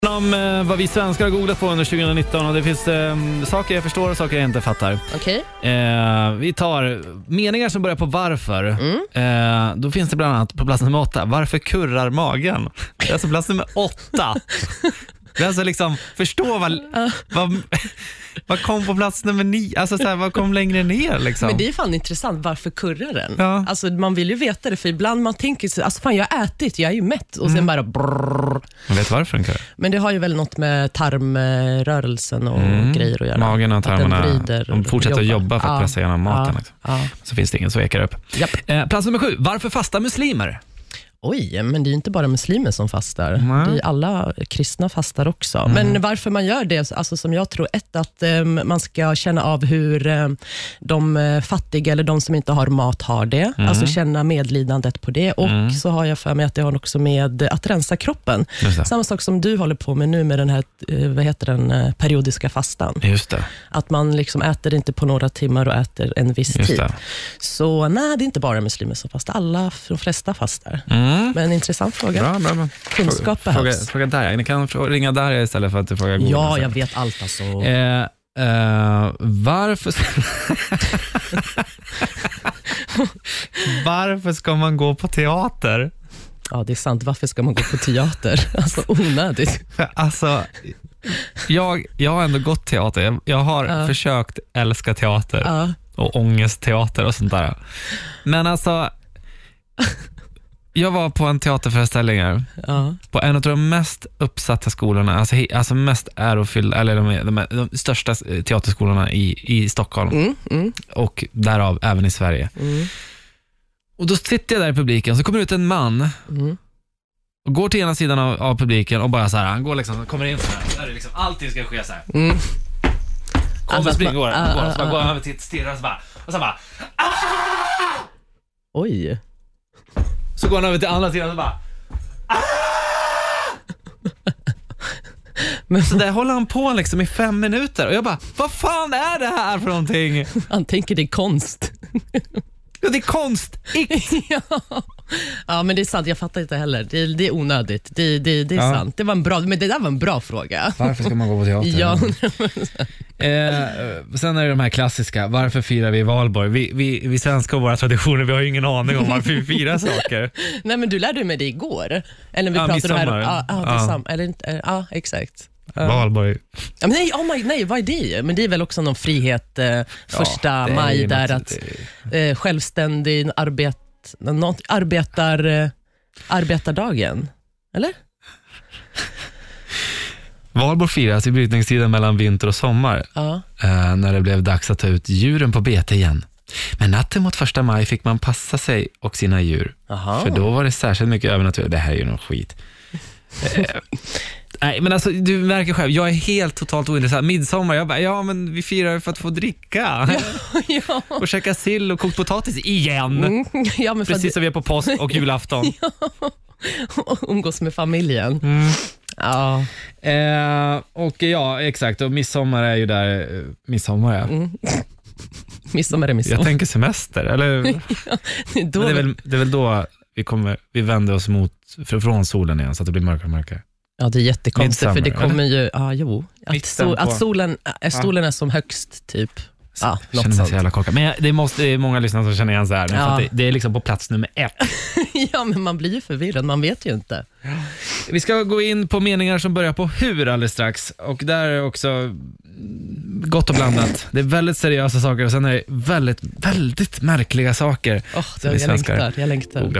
Om vad vi svenskar har googlat på under 2019 och det finns saker jag förstår och saker jag inte fattar. Okej. Vi tar meningar som börjar på varför. Då finns det bland annat på plats nummer 8. Varför kurrar magen? Det är alltså plats nummer 8. Det är alltså liksom, förstå vad kom på plats nummer 9? Alltså så här, vad kom längre ner liksom? Men det är fan intressant, varför kurrar den? Ja. Alltså man vill ju veta det, för ibland man tänker så, alltså fan jag har ätit, jag är ju mätt och sen bara brrrr. Jag vet varför den kurrar. Men det har ju väl något med tarmrörelsen och grejer att göra. Magen och tarmarna, de fortsätter jobba för att pressa igenom maten liksom. Så finns det ingen som ekar upp. Plats nummer 7, varför fastar muslimer? Oj, men det är inte bara muslimer som fastar. Det är alla kristna fastar också. Men varför man gör det, alltså som jag tror, att man ska känna av hur de fattiga eller de som inte har mat har det. Alltså känna medlidandet på det. Och så har jag för mig att det har också med att rensa kroppen. Samma sak som du håller på med nu med den här, vad heter den, periodiska fastan. Just det. Att man liksom äter inte på några timmar och äter en viss tid. Så nej, det är inte bara muslimer som fastar. De flesta fastar. Men intressant fråga. Bra. Kunskap behövs. Fråga där. Ni kan ringa där istället för att du frågar Google. Ja, jag vet allt alltså. Varför ska man gå på teater? Ja, det är sant. Varför ska man gå på teater? Alltså onödigt. Alltså, jag har ändå gått teater. Jag har försökt älska teater och ångestteater och sånt där. Men alltså, jag var på en teaterföreställning här, på en av de mest uppsatta skolorna, alltså mest ärofyllda, eller de största teaterskolorna i Stockholm och därav även i Sverige. Och då sitter jag där i publiken, så kommer ut en man och går till ena sidan av publiken och bara så här, han går liksom, kommer in så här, där liksom, allting ska ske så här. Kommer springa, går han över till stirrar och så bara Oj. Så går han över till andra sidan och bara Men så där håller han på liksom i 5 minuter. Och jag bara, vad fan är det här för någonting? Han tänker det är konst. Ja, det är konst. Ja, men det är sant, jag fattar inte heller. Det är onödigt. Det är sant. Det där var en bra fråga. Varför ska man gå på teater? Ja. Sen är det de här klassiska. Varför firar vi i Valborg? Vi svenskar och våra traditioner, vi har ju ingen aning om varför vi firar saker. Nej, men du lärde mig det igår. Eller vi pratade här. Exakt. Valborg. Nej, vad är det? Men det är väl också någon frihet första maj där att självständig arbetardagen, eller? Valborg firas i brytningstiden mellan vinter och sommar, när det blev dags att ta ut djuren på bete igen. Men natten mot 1 maj fick man passa sig och sina djur. För då var det särskilt mycket övernaturligt. Det här är ju någon skit. Nej, men alltså, du märker själv, jag är helt totalt ointresserad. Midsommar, jag bara, men vi firar för att få dricka. Och käka sill och kokt potatis igen. Men precis som vi är på påsk och julafton. Och umgås med familjen. Och exakt. Och midsommar är ju där. Midsommar är. Midsommar är midsommar. Jag tänker semester, eller? Det är väl då vi vänder oss från solen igen, så att det blir mörkare och mörkare. Ja, det är jättekonstigt, för det kommer ju att solen är som högst typ. Känner mig så jävla korkad. Men det är många lyssnare som känner igen så här nu, för att det är liksom på plats nummer 1. Ja, men man blir ju förvirrad, man vet ju inte. Vi ska gå in på meningar som börjar på hur alldeles strax. Och där är också gott och blandat. Det är väldigt seriösa saker och sen är det väldigt, väldigt märkliga saker. Jag längtar.